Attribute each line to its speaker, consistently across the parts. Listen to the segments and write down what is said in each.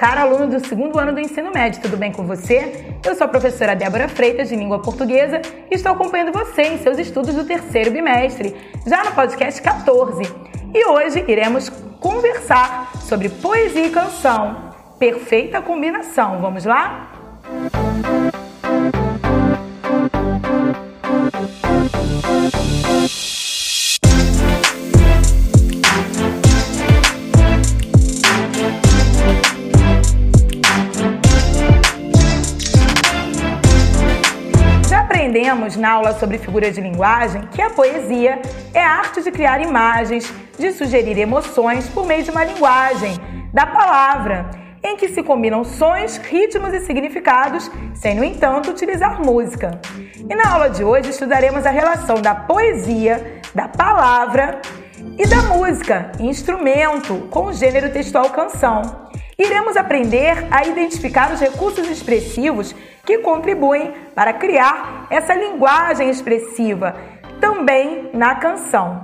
Speaker 1: caro aluno do segundo ano do ensino médio, tudo bem com você? Eu sou a professora Débora Freitas, de Língua Portuguesa, e estou acompanhando você em seus estudos do terceiro bimestre, já no podcast 14. E hoje iremos conversar sobre poesia e canção. Perfeita combinação, vamos lá? Aprendemos na aula sobre figuras de linguagem que a poesia é a arte de criar imagens, de sugerir emoções por meio de uma linguagem, da palavra, em que se combinam sons, ritmos e significados, sem, no entanto, utilizar música. E na aula de hoje estudaremos a relação da poesia, da palavra e da música, instrumento, com o gênero textual canção. Iremos aprender a identificar os recursos expressivos que contribuem para criar essa linguagem expressiva, também na canção.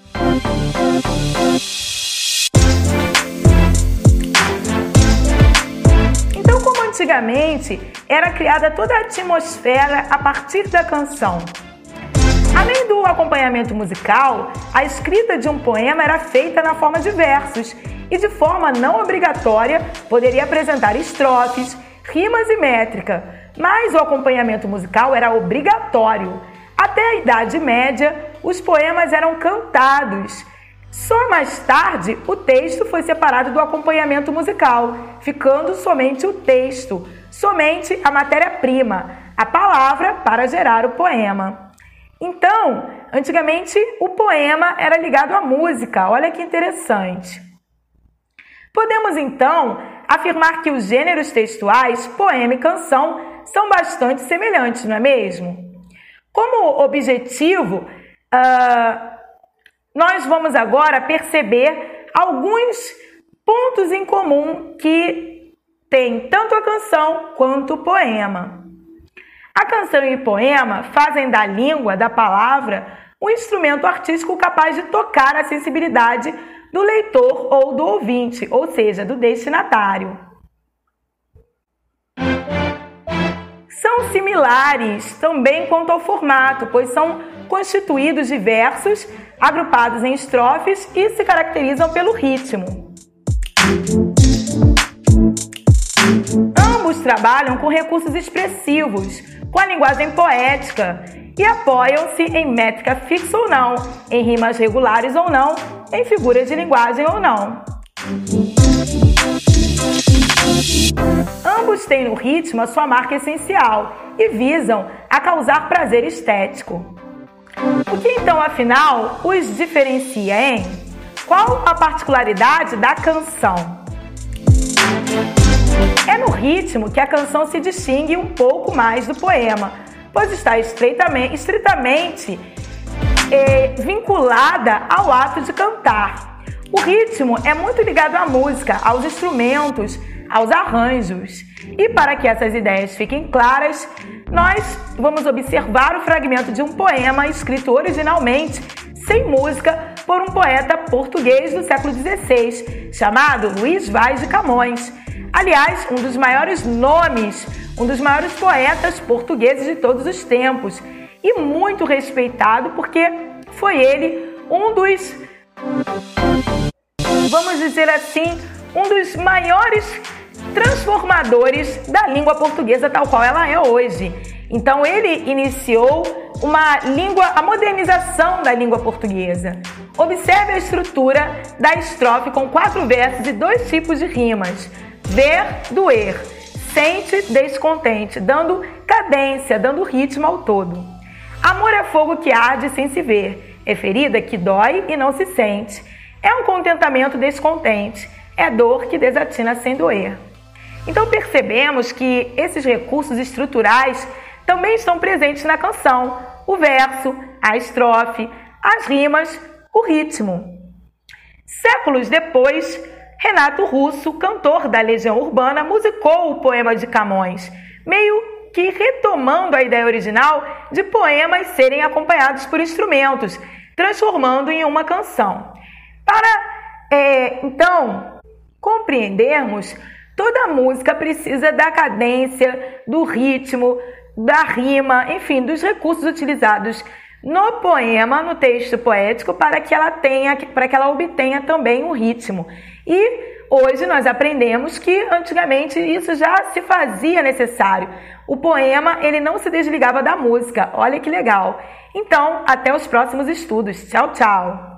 Speaker 1: Então, como antigamente era criada toda a atmosfera a partir da canção. Além do acompanhamento musical, a escrita de um poema era feita na forma de versos e, de forma não obrigatória, poderia apresentar estrofes, rimas e métrica, mas o acompanhamento musical era obrigatório. Até a Idade Média, os poemas eram cantados. Só mais tarde, o texto foi separado do acompanhamento musical, ficando somente o texto, somente a matéria-prima, a palavra para gerar o poema. Então, antigamente, o poema era ligado à música. Olha que interessante. Podemos, então, afirmar que os gêneros textuais, poema e canção, são bastante semelhantes, não é mesmo? Como objetivo, nós vamos agora perceber alguns pontos em comum que tem tanto a canção quanto o poema. A canção e o poema fazem da língua, da palavra, um instrumento artístico capaz de tocar a sensibilidade do leitor ou do ouvinte, ou seja, do destinatário. São similares também quanto ao formato, pois são constituídos de versos, agrupados em estrofes e se caracterizam pelo ritmo. Ambos trabalham com recursos expressivos, com a linguagem poética, e apoiam-se em métrica fixa ou não, em rimas regulares ou não, em figuras de linguagem ou não. Ambos têm no ritmo a sua marca essencial e visam a causar prazer estético. O que então, afinal, os diferencia, hein? Qual a particularidade da canção? É no ritmo que a canção se distingue um pouco mais do poema, pois está estritamente vinculada ao ato de cantar. O ritmo é muito ligado à música, aos instrumentos, aos arranjos. E para que essas ideias fiquem claras, nós vamos observar o fragmento de um poema escrito originalmente, sem música, por um poeta português do século XVI, chamado Luís Vaz de Camões. Aliás, um dos maiores nomes, um dos maiores poetas portugueses de todos os tempos, e muito respeitado porque foi ele um dos, vamos dizer assim, um dos maiores transformadores da língua portuguesa tal qual ela é hoje. Então ele iniciou a modernização da língua portuguesa. Observe a estrutura da estrofe com 4 versos e 2 tipos de rimas. Ver, doer, sente, descontente, dando cadência, dando ritmo ao todo. Amor é fogo que arde sem se ver, é ferida que dói e não se sente, é um contentamento descontente, é dor que desatina sem doer. Então percebemos que esses recursos estruturais também estão presentes na canção, o verso, a estrofe, as rimas, o ritmo. Séculos depois, Renato Russo, cantor da Legião Urbana, musicou o poema de Camões, meio que retomando a ideia original de poemas serem acompanhados por instrumentos, transformando em uma canção. Para, então, compreendermos Toda música precisa da cadência, do ritmo, da rima, enfim, dos recursos utilizados no poema, no texto poético, para que ela obtenha também um ritmo. E hoje nós aprendemos que antigamente isso já se fazia necessário. O poema, ele não se desligava da música. Olha que legal. Então, até os próximos estudos. Tchau, tchau.